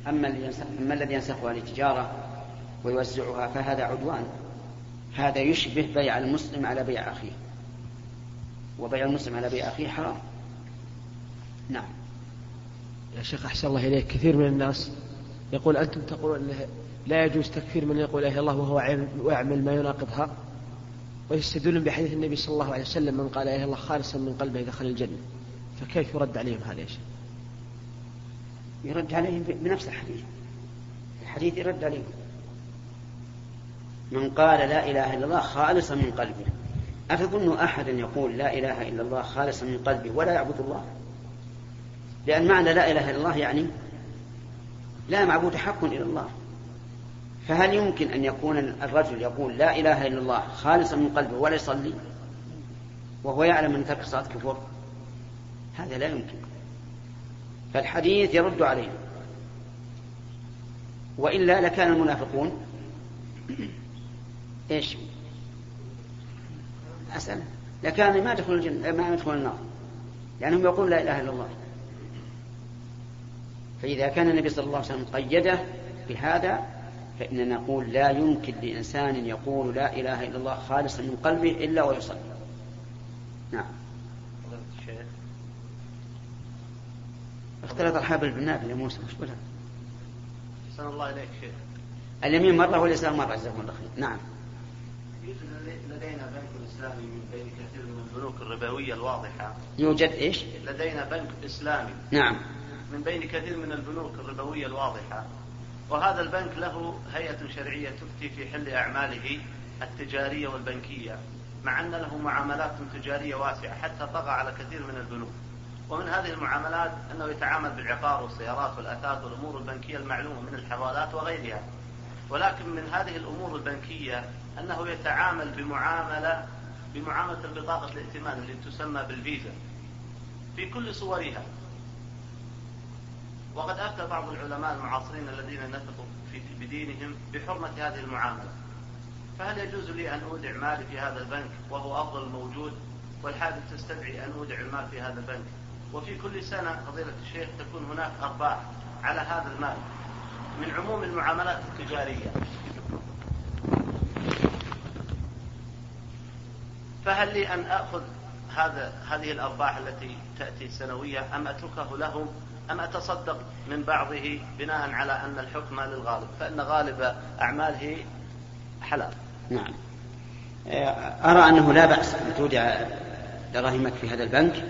أما الذي ينسخها للتجارة ويوزعها فهذا عدوان، هذا يشبه بيع المسلم على بيع أخيه، وبيع المسلم على بيع أخيه حرام. نعم. يا شيخ أحسن الله إليك، كثير من الناس يقول أنتم تقولون أنه لا يجوز تكفير من يقول إله الله وهو يعمل ما يناقضها، ويستدلون بحديث النبي صلى الله عليه وسلم من قال إله الله خالصا من قلبه دخل الجنة، فكيف يرد عليهم هذا يا شيخ؟ يرد عليهم بنفس الحديث يرد عليهم. من قال لا إله إلا الله خالصا من قلبه، أتظن أحدا يقول لا إله إلا الله خالصا من قلبه ولا يعبد الله؟ لأن معنى لا إله إلا الله يعني لا معبود حق إلا الله. فهل يمكن أن يكون الرجل يقول لا إله إلا الله خالصا من قلبه ولا يصلي وهو يعلم أن ترك الصلاة كفر؟ هذا لا يمكن. فالحديث يرد عليه، وإلا لكان المنافقون إيش؟ أسأل، لكان ما يدخل الجنة ما يدخل النار، لأنهم يقولون لا إله إلا الله. فإذا كان النبي صلى الله عليه وسلم قيده بهذا فإننا نقول لا يمكن لإنسان يقول لا إله إلا الله خالصا من قلبه إلا ويصلي. نعم. اختلط الحبل بالنابل يا موسى، مشكلة. أحسن الله إليك شيخ. اليمين مرة واليسار مرة، جزاكم الله خير. نعم. لدينا بنك إسلامي من بين كثير من البنوك الربوية الواضحة. يوجد إيش؟ لدينا بنك إسلامي. نعم. من بين كثير من البنوك الربوية الواضحة، وهذا البنك له هيئة شرعية تفتي في حل أعماله التجارية والبنكية، مع أن له معاملات تجارية واسعة حتى طغى على كثير من البنوك. ومن هذه المعاملات أنه يتعامل بالعقار والسيارات والأثاث والأمور البنكية المعلومة من الحوالات وغيرها. ولكن من هذه الأمور البنكية أنه يتعامل بمعاملة البطاقة الائتمان اللي تسمى بالفيزا في كل صورها. وقد أفتى بعض العلماء المعاصرين الذين نثقوا بدينهم بحرمة هذه المعاملة. فهل يجوز لي أن أودع مالي في هذا البنك وهو أفضل الموجود، والحاجة تستدعي أن أودع المال في هذا البنك، وفي كل سنة فضيلة الشيخ تكون هناك أرباح على هذا المال من عموم المعاملات التجارية، فهل لي أن أخذ هذه الأرباح التي تأتي سنوية أم أتركه لهم أم أتصدق من بعضه بناء على أن الحكم للغالب، فإن غالب أعماله حلال؟ نعم. أرى أنه لا بأس أن تودع دراهمك في هذا البنك،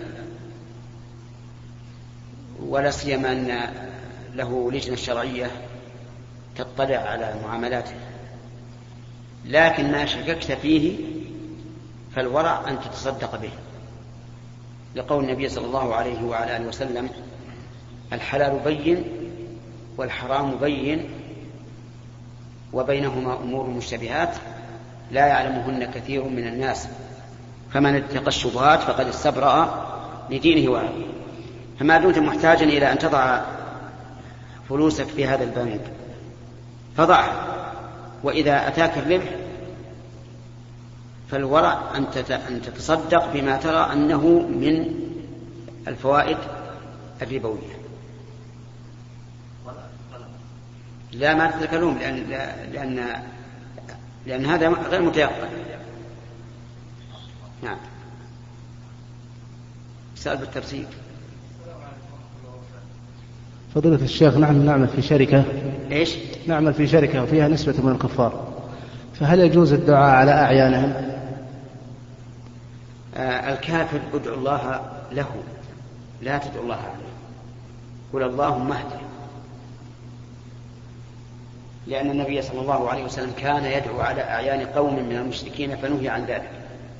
ولا سيما أن له لجنة شرعية تطلع على معاملاته. لكن ما شككت فيه فالورع أن تتصدق به، لقول النبي صلى الله عليه وعلى آله وسلم: الحلال بين والحرام بين وبينهما أمور مشتبهات لا يعلمهن كثير من الناس، فمن اتقى الشبهات فقد استبرأ لدينه وعرضه. فما دمت محتاجا إلى أن تضع فلوسك في هذا البنك فضعها، وإذا أتاك الربح فالورع أن تتصدق بما ترى أنه من الفوائد الربوية. لا ما تتكلم لأن هذا غير متيقن. نعم. سأل بالترتيب. فضيلة الشيخ، نحن نعمل في شركة. إيش؟ نعمل في شركة وفيها نسبة من الكفار، فهل يجوز الدعاء على أعيانهم؟ الكافر ادعو الله له، لا تدعو الله عليه. قل اللهم اهده، لأن النبي صلى الله عليه وسلم كان يدعو على أعيان قوم من المشركين فنهي عن ذلك.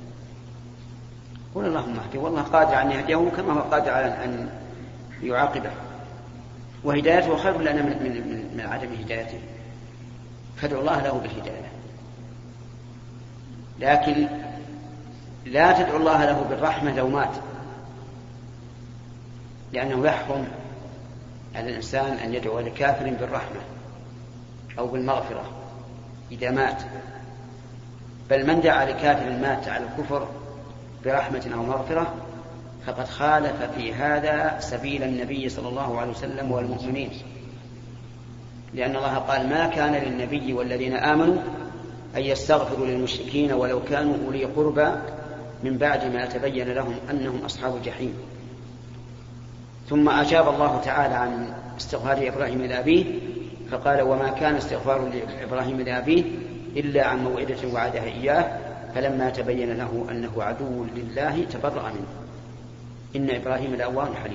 قل اللهم اهده، والله قادر أن يهديه كما هو قادر على أن يعاقبه، وهدايته خير لنا من عدم هدايته، فادعو الله له بالهداية. لكن لا تدعو الله له بالرحمة لو مات، لأنه يحرم على الإنسان أن يدعو لكافر بالرحمة أو بالمغفرة إذا مات. بل من دعا لكافر مات على الكفر برحمة أو مغفرة فقد خالف في هذا سبيل النبي صلى الله عليه وسلم والمؤمنين. لأن الله قال ما كان للنبي والذين آمنوا أن يستغفروا للمشركين ولو كانوا أولي قربى من بعد ما تبين لهم أنهم أصحاب الجحيم. ثم أجاب الله تعالى عن استغفار إبراهيم لأبيه فقال وما كان استغفار إبراهيم لأبيه إلا عن موعدة وعدها إياه فلما تبين له أنه عدو لله تبرأ منه إن إبراهيم لأواه حليم.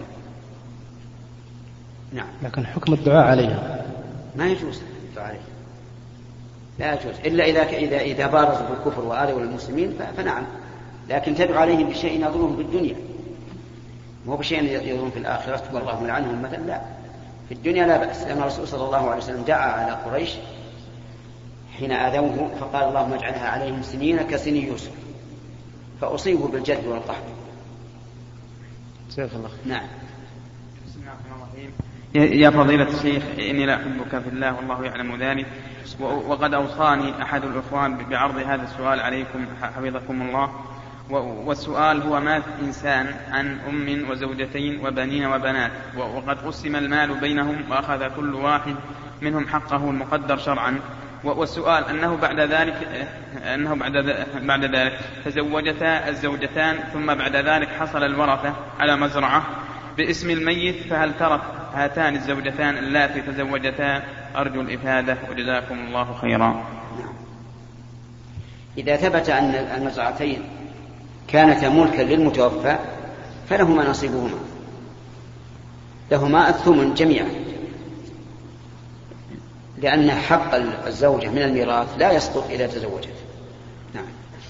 نعم. لكن حكم الدعاء عليها ما يجوز الدعاء عليه، لا يجوز إلا إذا بارزوا بالكفر وآذوا المسلمين فنعم، لكن تدعو عليهم بشيء يضرهم بالدنيا مو بشيء يضرهم في الآخرة والله لعنهم مثلا، لا، في الدنيا لا بأس. لأن الرسول صلى الله عليه وسلم دعا على قريش حين آذوه فقال اللهم اجعلها عليهم سنين كسني يوسف فأصيبوا بالجد والقحط. نعم. بسم الله الرحمن الرحيم. يا فضيلة الشيخ إني لا أحبك في الله والله يعلم ذلك، وقد أوصاني أحد الإخوان بعرض هذا السؤال عليكم حفظكم الله، والسؤال هو مات إنسان عن أم وزوجتين وبنين وبنات وقد قسم المال بينهم وأخذ كل واحد منهم حقه المقدر شرعا، والسؤال أنه بعد ذلك تزوجتا الزوجتان ثم بعد ذلك حصل الورثة على مزرعة باسم الميت، فهل ترك هاتان الزوجتان اللاتي تزوجتا؟ أرجو الإفادة وجزاكم الله خيرا. إذا ثبت أن المزرعتين كانتا ملكا للمتوفى فلهما نصيبهما، لهما الثمن جميعا، لأن حق الزوجة من الميراث لا يسقط إذا تزوجت. نعم.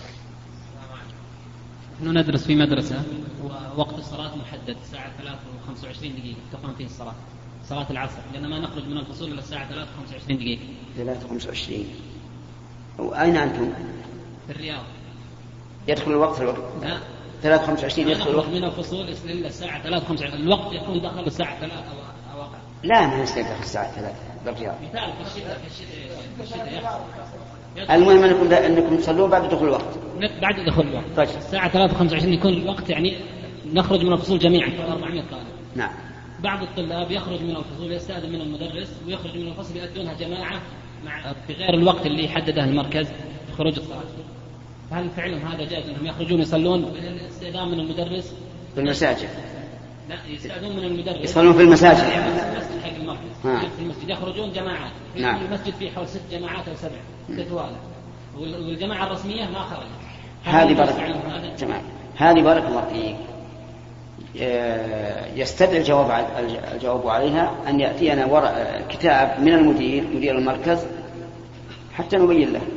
نحن ندرس في مدرسة ووقت الصلاة محدد الساعة 3:25 دقيقة تقام فيه صلاة العصر، لأنما نخرج من الفصول إلى الساعة 3:25 دقيقة. 3:25. وأين أنتم؟ في الرياض. يدخل الوقت لا. 3:25 يدخل الوقت. من الفصول إلى الساعة 3:25 الوقت يكون دخل الساعة 3 أو أقل. لا، ما يصير دخل الساعة 3 بالرياض. مثال في الشتاء المهم أنكم تصلون بعد دخول الوقت. بعد دخول الوقت. طيب. الساعة 3:25 يكون الوقت، يعني نخرج من الفصول جميعا 400 طالب. نعم. بعض الطلاب يخرج من الفصول يستأذن من المدرس ويخرج من الفصل يؤدونها جماعة بغير الوقت اللي حدده المركز خروج الصلاة. فهل فعلهم هذا جائز أنهم يخرجون يصلون باستئذان من المدرس في المساجد؟ لا، يستأذنون من المدرس يصلون في المساجد. في المسجد حق المركز. في المسجد يخرجون جماعات. نعم. المسجد فيه حول 6 جماعات أو 7 تتوالى، والجماعة الرسمية ما خرجت. هذه بارك الله فيك. يستدعي الجواب عليها أن يأتينا كتاب من مدير المركز حتى نبين له.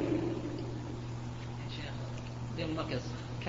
مدير المركز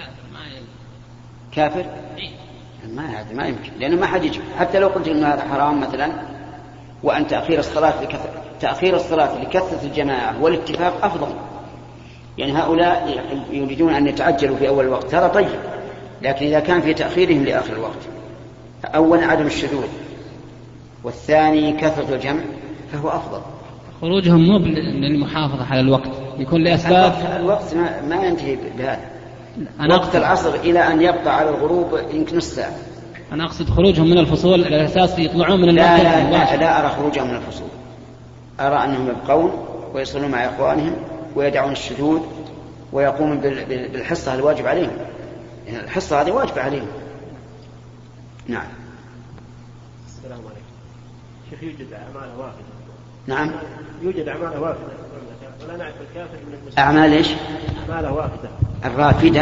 كافر؟ ما يمكن، لأنه ما حد يجب. حتى لو قلت إن هذا حرام مثلا، وأن تأخير الصلاة لكثرة الجماعة والاتفاق أفضل، يعني هؤلاء يريدون أن يتعجلوا في أول الوقت، ترى طيب، لكن إذا كان في تأخيرهم لآخر الوقت، أولا عدم الشذوذ، والثاني كثرة الجمع، فهو أفضل. خروجهم مو للمحافظة على الوقت، يكون لأسباب. الوقت ما ينتهي بهذا. وقت العصر إلى أن يبقى على الغروب يمكن نص ساعة. أنا أقصد خروجهم من الفصول على أساس يطلعون من المركز. لا أرى خروجهم من الفصول، أرى أنهم يبقون ويصلون مع إخوانهم ويدعون الشذوذ ويقومون بالحصة الواجب عليهم، يعني الحصة هذه واجب عليهم. نعم. السلام عليكم. شيخ، يوجد أعمال وافدة. نعم. يوجد أعمال وافدة ولا نعرف الكافر من المسلم. أعمال إيش؟ أعمال وافدة. الرافدة.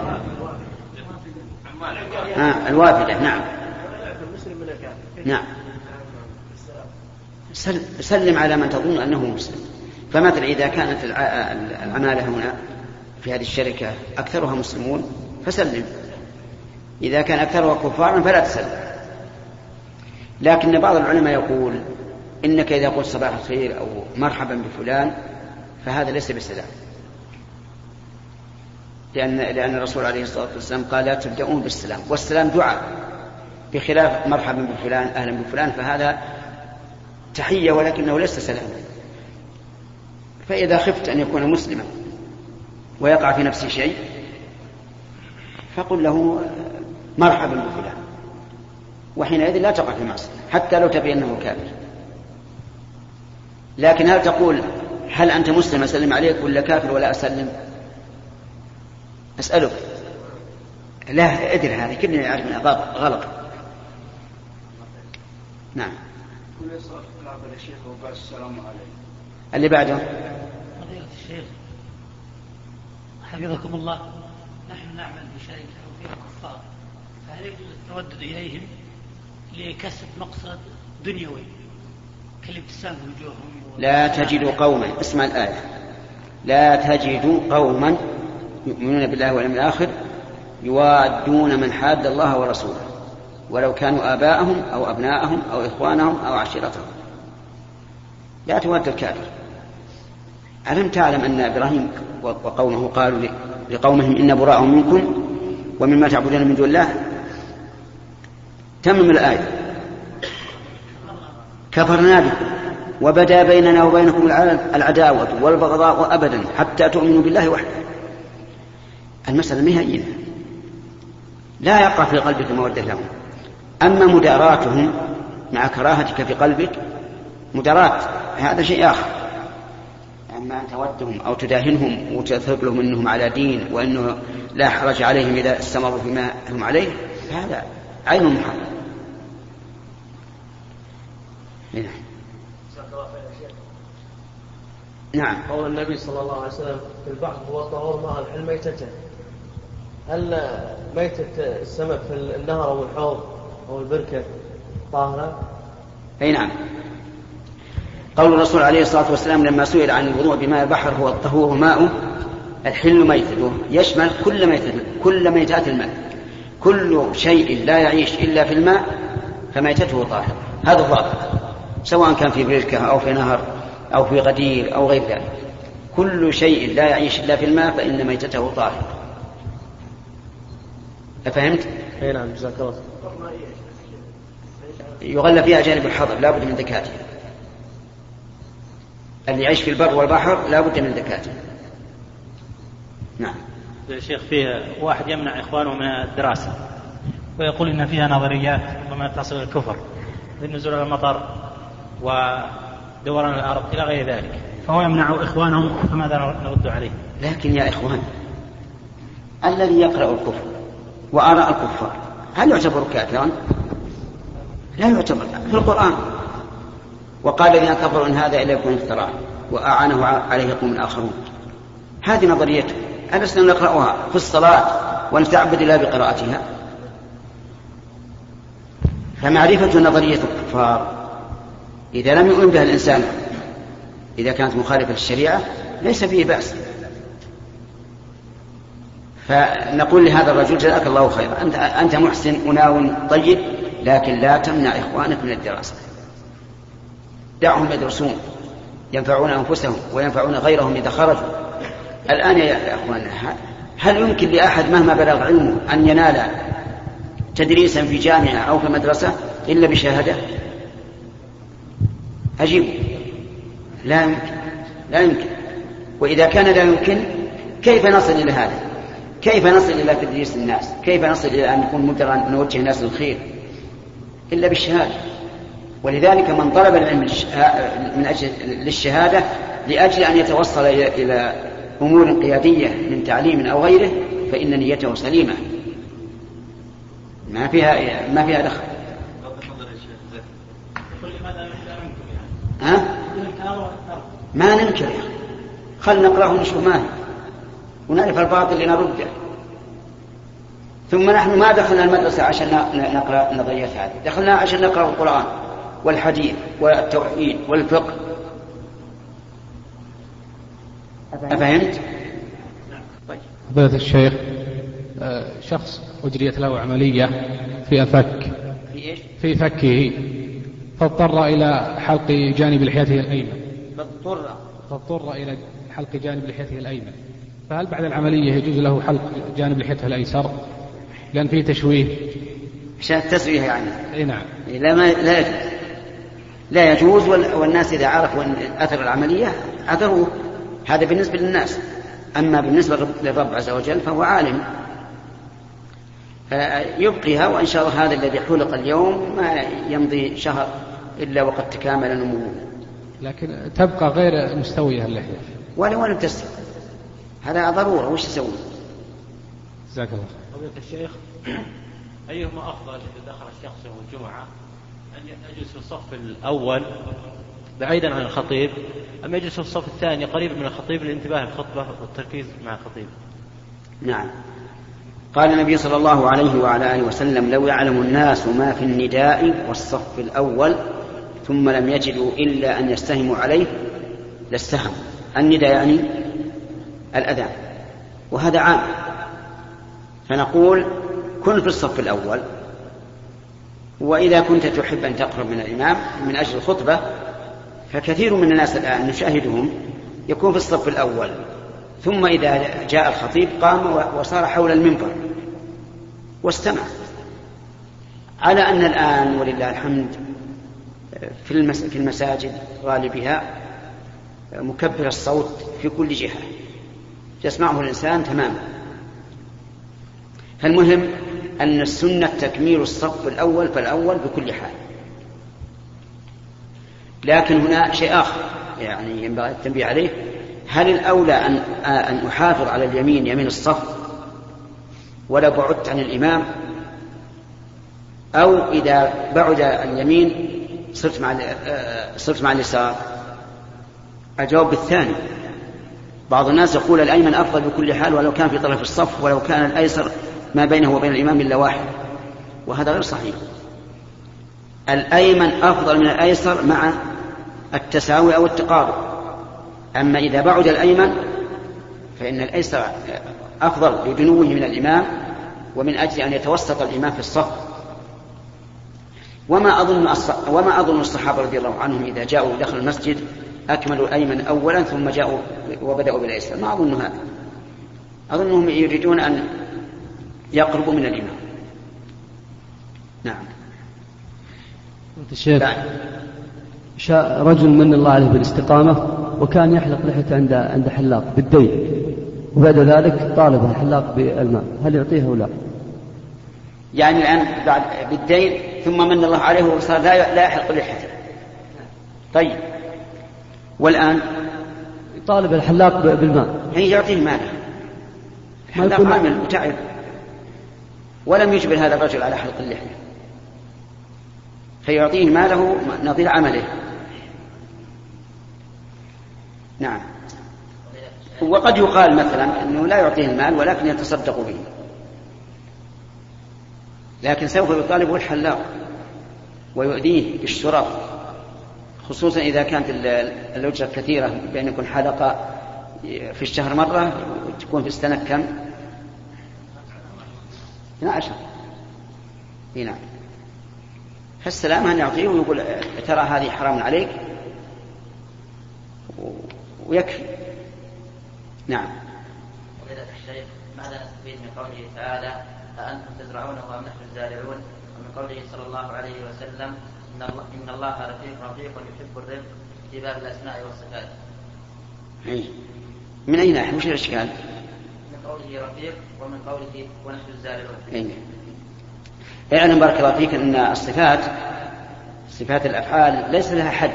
الوافدة. نعم. المسلم من الكافر. نعم. سلم على من تظن أنه مسلم. فمثلا إذا كانت العمالة هنا في هذه الشركة أكثرها مسلمون فسلم، إذا كان أكثرها كفارا فلا تسلم. لكن بعض العلماء يقول إنك إذا قلت صباح الخير أو مرحبا بفلان فهذا ليس بسلام، لأن الرسول عليه الصلاة والسلام قال لا تبدأون بالسلام، والسلام دعاء، بخلاف مرحبا بفلان أهلا بفلان فهذا تحية ولكنه ليس سلام. فإذا خفت أن يكون مسلما ويقع في نفسه شيء فقل له مرحبا بفلان، وحينئذ لا تقع في معصية حتى لو تبين أنه كافر. لكن هل تقول هل أنت مسلم أسلم عليك ولا كافر ولا أسلم؟ أسألك. لا أدري هذه كلنا يعرف من غلط. نعم. اللي بعده. فضيلة الشيخ حفظكم الله، نحن نعمل بشركة وفيها كفار، فهل يجوز التودد إليهم لكسب مقصد دنيوي كالابتسام في وجوههم؟ لا تجد قوما، اسمع الآية، لا تجد قوما يؤمنون بالله واليوم الآخر يوادون من حاد الله ورسوله ولو كانوا آباءهم أو أبناءهم أو إخوانهم أو عشيرتهم. لا تود الكافر. ألم تعلم أن إبراهيم وقومه قالوا لقومهم إن براء منكم ومما تعبدون من دون الله؟ تمم الآية، كفرنا بكم وبدا بيننا وبينكم العداوة والبغضاء أبدا حتى تؤمنوا بالله وحده. المسألة مهينة، لا يقع في قلبك مودة لهم. أما مداراتهم مع كراهتك في قلبك مدارات، هذا شيء آخر. أما أن تودهم أو تداهنهم وتثق لهم أنهم على دين وأنه لا حرج عليهم إذا استمروا فيما هم عليه، هذا عين محرم. نعم. قول النبي صلى الله عليه وسلم في البحر هو طهور ماء الحل ميتته، هل ميتة السمك في النهر أو الحوض أو البركة طاهرة؟ أي نعم. قول الرسول عليه الصلاة والسلام لما سئل عن الوضوء بماء البحر هو الطهور ماء الحل ميتته، يشمل كل ميتات الماء، كل شيء لا يعيش إلا في الماء فميتته طاهر. هذا ضابط، سواء كان في بركة أو في نهر أو في غدير أو غير ذلك، كل شيء لا يعيش إلا في الماء فإن ميتته طاهر. أفهمت؟ أي نعم. جزاك الله. يغلى فيها جانب الحظر، لا بد من ذكاته. اللي يعيش في البر والبحر لا بد من ذكاته. نعم. يا شيخ، فيه واحد يمنع إخوانه من الدراسة ويقول إن فيها نظريات وما تصل الكفر بالنزول المطر ودوران الأرض إلى غير ذلك، فهو يمنع إخوانهم، فماذا نرد عليه؟ لكن يا إخوان، الذي يقرأ الكفر وآراء الكفار هل يعتبر كافرا؟ لا يعتبر. في القرآن وقال الذين كفروا إن هذا إلا يكون افتراء وأعانه عليه قوم آخرون. هذه نظريته، ألسنا نقرأها في الصلاة ونتعبد الله بقراءتها؟ فمعرفة نظرية الكفار إذا لم يؤمن بها الإنسان، إذا كانت مخالفة للشريعة ليس فيه بأس. فنقول لهذا الرجل جزاك الله خيرا، أنت محسن وناو طيب، لكن لا تمنع إخوانك من الدراسة، دعهم يدرسون ينفعون أنفسهم وينفعون غيرهم إذا خرجوا. الآن يا أخواننا، هل يمكن لأحد مهما بلغ علمه أن ينال تدريسا في جامعة أو في مدرسة إلا بشهادة؟ أجيب لا يمكن، لا يمكن. وإذا كان لا يمكن كيف نصل إلى هذا؟ كيف نصل إلى تدريس الناس؟ كيف نصل إلى أن نكون مدرا نوجه الناس للخير إلا بالشهادة؟ ولذلك من طلب العلم من أجل للشهادة لأجل أن يتوصل إلى أمور قيادية من تعليم أو غيره فإن نيته سليمة، ما فيها دخل. ما ننكر، خل نقرأه ونشوف ما هي ونعرف الباطل لنرده. ثم نحن ما دخلنا المدرسة عشان نقرأ النظريات هذه، دخلنا عشان نقرأ القرآن والحديث والتوحيد والفقه. أفهمت؟ فضيلة الشيخ، شخص أجريت له عملية في فكه فاضطر إلى حلق جانب لحيته الأيمن. فاضطر إلى حلق جانب لحيته الأيمن، فهل بعد العملية يجوز له حلق جانب لحيته الأيسر؟ لأن فيه تشويه. عشان التسوية يعني. أي نعم. لا يجوز. والناس إذا عرفوا أثر العملية عذروه. هذا بالنسبة للناس. أما بالنسبة للرب عز وجل فهو عالم، يبقيها. وإن شاء الله هذا الذي حلق اليوم ما يمضي شهر إلا وقد تكامل نموه. لكن تبقى غير مستوية اللحية ولم تستوي، هذا ضرورة. وش يسوي؟ جزاك الله. فضيلة الشيخ، أيهما أفضل إذا دخل الشخص يوم الجمعة أن يجلس في الصف الأول بعيدا عن الخطيب، أم يجلس في الصف الثاني قريب من الخطيب للانتباه للخطبة والتركيز مع الخطيب؟ نعم. قال النبي صلى الله عليه وعلى آله وسلم: لو يعلم الناس ما في النداء والصف الأول ثم لم يجدوا إلا أن يستهموا عليه لاستهموا. النداء يعني الأذان، وهذا عام، فنقول كن في الصف الأول، وإذا كنت تحب أن تقرب من الإمام من أجل الخطبة، فكثير من الناس الآن نشاهدهم يكون في الصف الأول، ثم إذا جاء الخطيب قام وصار حول المنبر واستمع. على أن الآن ولله الحمد في المساجد غالبها مكبر الصوت في كل جهة يسمعه الإنسان تماما. فالمهم أن السنة تكميل الصف الأول فالأول بكل حال. لكن هنا شيء آخر يعني ينبغي التنبيه عليه: هل الأولى أن أحافظ على اليمين يمين الصف ولا بعدت عن الإمام، أو إذا بعد اليمين صرت مع اليسار؟ الجواب بالثاني. بعض الناس يقول الأيمن أفضل بكل حال ولو كان في طرف الصف، ولو كان الأيسر ما بينه وبين الإمام إلا واحد، وهذا غير صحيح. الأيمن أفضل من الأيسر مع التساوي أو التقارب. أما إذا بعد الأيمن فإن الأيسر أفضل لدنوه من الإمام ومن أجل أن يتوسط الإمام في الصف. وما أظن الصحابة رضي الله عنهم إذا جاءوا دخل المسجد أكملوا الأيمن أولا ثم جاءوا وبدأوا بالأيسر، ما أظن هذا. أظنهم يريدون أن يقربوا من الإمام. نعم. الشيخ، رجل من الله عليه بالاستقامة وكان يحلق لحيته عند حلاق بالدين، وبعد ذلك طالب الحلاق بالماء، هل يعطيه أو لا؟ يعني الآن بعد بالدين ثم من الله عليه وصار لا يحلق لحيته. طيب، والآن طالب الحلاق بالماء هي يعطيه ماله، الحلاق عامل وتعب، ولم يجبر هذا الرجل على حلق اللحية، فيعطيه ماله نظير عمله. نعم. وقد يقال مثلا أنه لا يعطيه المال ولكن يتصدق به، لكن سوف يطالبه الحلاق ويؤذيه بالشرط، خصوصا إذا كانت الأجرة كثيرة، بأن يكون حلقة في الشهر مرة وتكون في السنة كم؟ 12. نعم. فالسلام أن يعطيه ويقول ترى هذه حرام عليك ويكفي. نعم. فضيلة الشيخ، ماذا نستفيد من قوله تعالى: أأنتم تزرعونه أم نحن الزارعون؟ ومن قوله صلى الله عليه وسلم: إن الله رفيق يحب الرفق في باب الأسماء والصفات. من أين نحن؟ وش الإشكال؟ من قوله رفيق ومن قوله ونحن الزارعون. اعلم بارك الله فيك أن صفات الأفعال ليس لها حد،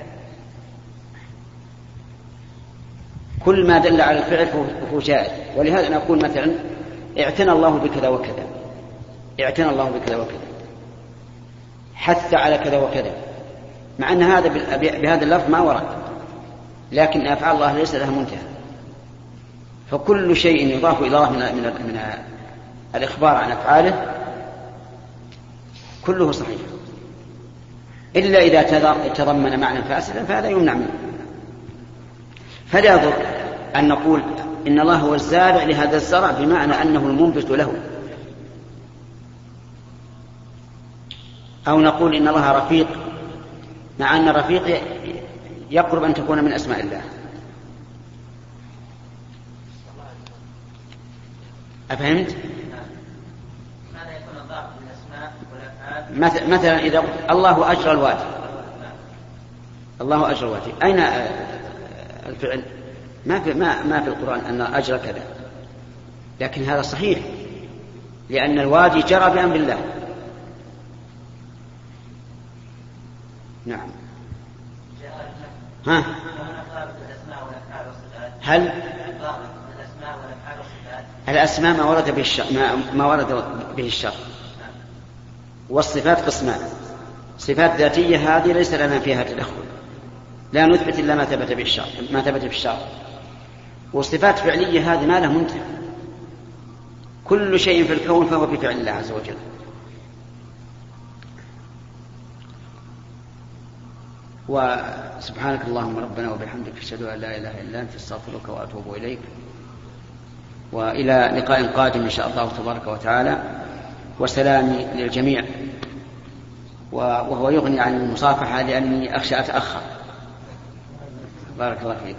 كل ما دل على الفعل فهو جائز. ولهذا نقول مثلا: اعتنى الله بكذا وكذا، اعتنى الله بكذا وكذا، حث على كذا وكذا، مع أن هذا بهذا اللفظ ما ورد، لكن أفعال الله ليس لها منتهى. فكل شيء يضاف إلى الله من الإخبار عن أفعاله كله صحيح، إلا إذا تضمن معنى فاسدا فهذا يمنع منه. فلا يضر أن نقول إن الله هو الزارع لهذا الزرع بمعنى أنه المنبت له، أو نقول إن الله رفيق مع أن الرفيق يقرب أن تكون من أسماء الله. أفهمت؟ ماذا يكون الضعف من الأسماء والأفعال؟ مثلا إذا الله أجرى الوادي، الله أجرى الوادي، أين الفعل؟ ما في القرآن أن أجرى كذا، لكن هذا صحيح لأن الوادي جرى بأمر الله. جاء ها؟ هل الأسماء ما ورد به الشر، والصفات قسمان. صفات ذاتية هذه ليس لنا فيها تدخل، لا نثبت إلا ما ثبت في الشرع. والصفات فعلية هذه ما له منتهى، كل شيء في الكون فهو بفعل الله عز وجل. وسبحانك اللهم ربنا وبحمدك أشهد أن لا إله إلا أنت أستغفرك وأتوب إليك، وإلى لقاء قادم إن شاء الله تبارك وتعالى، وسلام للجميع. وهو يغني عن المصافحة لأني أخشى أتأخر. بارك الله فيكم.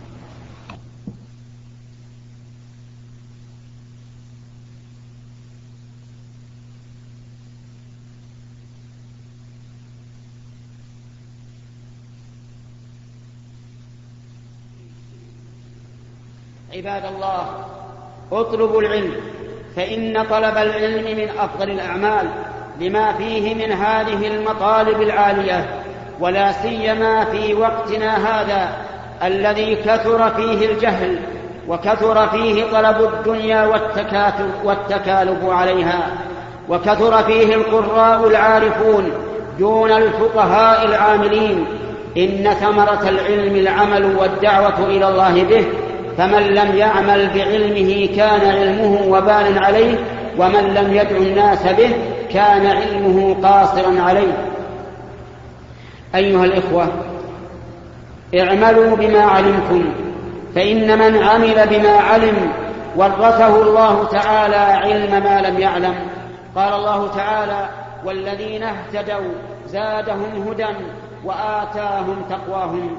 عباد الله، اطلبوا العلم، فإن طلب العلم من أفضل الأعمال لما فيه من هذه المطالب العالية، ولا سيما في وقتنا هذا الذي كثر فيه الجهل وكثر فيه طلب الدنيا والتكالب عليها، وكثر فيه القراء العارفون دون الفقهاء العاملين. إن ثمرة العلم العمل والدعوة إلى الله به، فمن لم يعمل بعلمه كان علمه وبال عليه، ومن لم يدع الناس به كان علمه قاصرا عليه. أيها الإخوة، اعملوا بما علمتم، فإن من عمل بما علم ورثه الله تعالى علم ما لم يعلم. قال الله تعالى: والذين اهتدوا زادهم هدى وآتاهم تقواهم.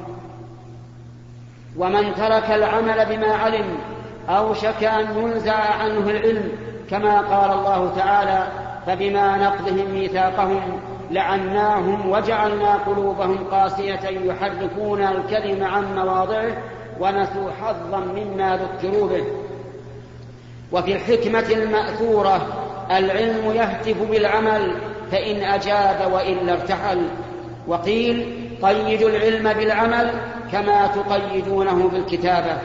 ومن ترك العمل بما علم أوشك أن ينزع عنه العلم، كما قال الله تعالى: فبما نقضهم ميثاقهم لعناهم وجعلنا قلوبهم قاسية يحرفون الكلم عن مواضعه ونسوا حظا مما ذكروا به. وفي الحكمة المأثورة: العلم يهتف بالعمل، فإن أجاب وإلا ارتحل. وقيل: قيدوا العلم بالعمل كما تقيدونه بالكتابة.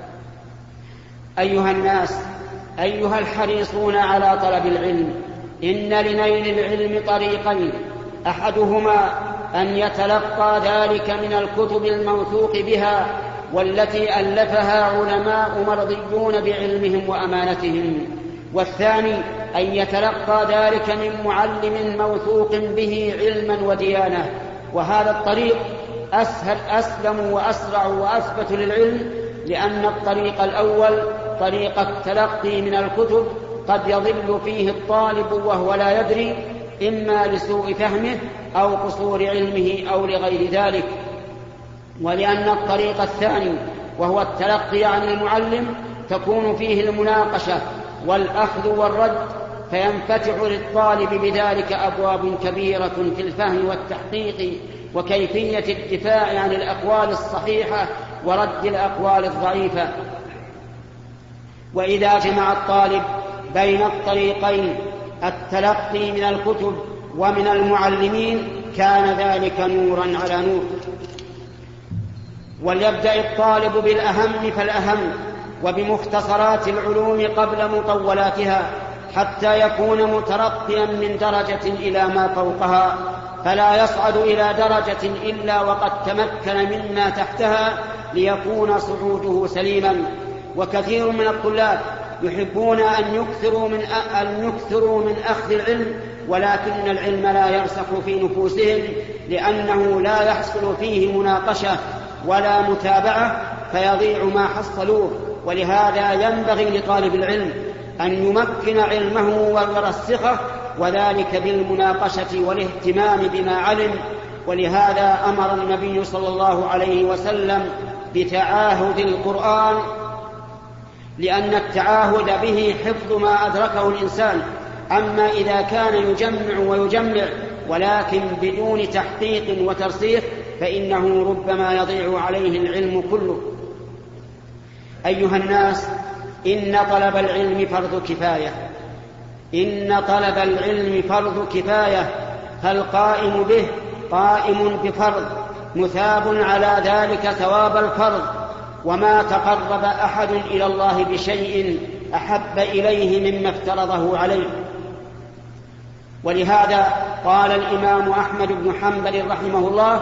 أيها الناس، أيها الحريصون على طلب العلم، إن لنيل العلم طريقين: أحدهما أن يتلقى ذلك من الكتب الموثوق بها والتي ألفها علماء مرضيون بعلمهم وأمانتهم، والثاني أن يتلقى ذلك من معلم موثوق به علما وديانة. وهذا الطريق أسلم وأسرع وأثبت للعلم، لأن الطريق الأول طريق التلقي من الكتب قد يضل فيه الطالب وهو لا يدري، إما لسوء فهمه أو قصور علمه أو لغير ذلك. ولأن الطريق الثاني وهو التلقي عن المعلم تكون فيه المناقشة والأخذ والرد، فينفتح للطالب بذلك أبواب كبيرة في الفهم والتحقيق وكيفية الدفاع عن الأقوال الصحيحة ورد الأقوال الضعيفة. وإذا جمع الطالب بين الطريقين، التلقي من الكتب ومن المعلمين، كان ذلك نورا على نور. وليبدأ الطالب بالأهم فالأهم، وبمختصرات العلوم قبل مطولاتها، حتى يكون مترقيا من درجة إلى ما فوقها، فلا يصعد إلى درجة إلا وقد تمكن مما تحتها ليكون صعوده سليما. وكثير من الطلاب يحبون أن يكثروا من أخذ العلم، ولكن العلم لا يرسخ في نفوسهم، لأنه لا يحصل فيه مناقشة ولا متابعة، فيضيع ما حصلوه. ولهذا ينبغي لطالب العلم أن يمكن علمه ويرسخه، وذلك بالمناقشة والاهتمام بما علم. ولهذا أمر النبي صلى الله عليه وسلم بتعاهد القرآن، لأن التعاهد به حفظ ما أدركه الإنسان. أما إذا كان يجمع ويجمع ولكن بدون تحقيق وترسيخ، فإنه ربما يضيع عليه العلم كله. أيها الناس، إن طلب العلم فرض كفاية، إن طلب العلم فرض كفاية، فالقائم به قائم بفرض، مثاب على ذلك ثواب الفرض، وما تقرب أحد إلى الله بشيء أحب إليه مما افترضه عليه. ولهذا قال الإمام أحمد بن حنبل رحمه الله: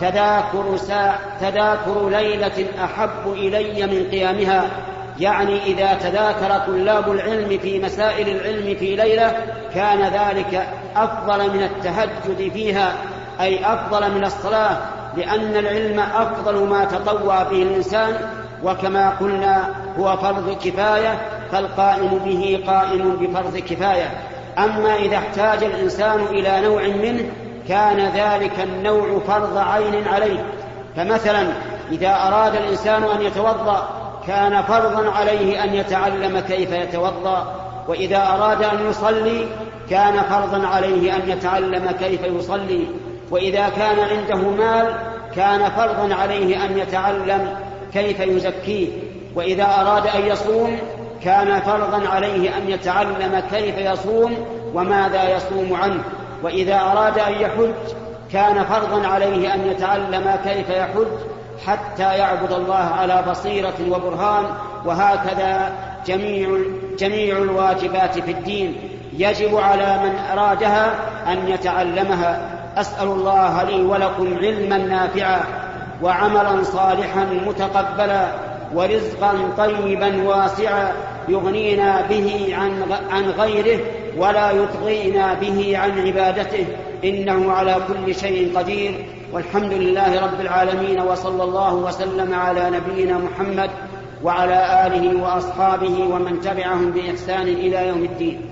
تذاكر ليلة أحب إلي من قيامها، يعني إذا تذاكر طلاب العلم في مسائل العلم في ليلة كان ذلك أفضل من التهجد فيها، أي أفضل من الصلاة، لأن العلم أفضل ما تطوع به الإنسان، وكما قلنا هو فرض كفاية، فالقائم به قائم بفرض كفاية. أما إذا احتاج الإنسان إلى نوع منه كان ذلك النوع فرض عين عليه. فمثلا إذا أراد الإنسان أن يتوضأ كان فرضا عليه أن يتعلم كيف يتوضأ، وإذا أراد أن يصلي كان فرضا عليه أن يتعلم كيف يصلي، وإذا كان عنده مال كان فرضا عليه أن يتعلم كيف يزكيه، وإذا أراد أن يصوم كان فرضا عليه أن يتعلم كيف يصوم وماذا يصوم عنه، وإذا أراد أن يحج كان فرضا عليه أن يتعلم كيف يحج حتى يعبد الله على بصيرة وبرهان. وهكذا جميع الواجبات في الدين يجب على من أرادها أن يتعلمها. أسأل الله لي ولكم علما نافعا وعملا صالحا متقبلا ورزقا طيبا واسعا يغنينا به عن غيره ولا يطغينا به عن عبادته، إنه على كل شيء قدير. والحمد لله رب العالمين، وصلى الله وسلم على نبينا محمد وعلى آله وأصحابه ومن تبعهم بإحسان إلى يوم الدين.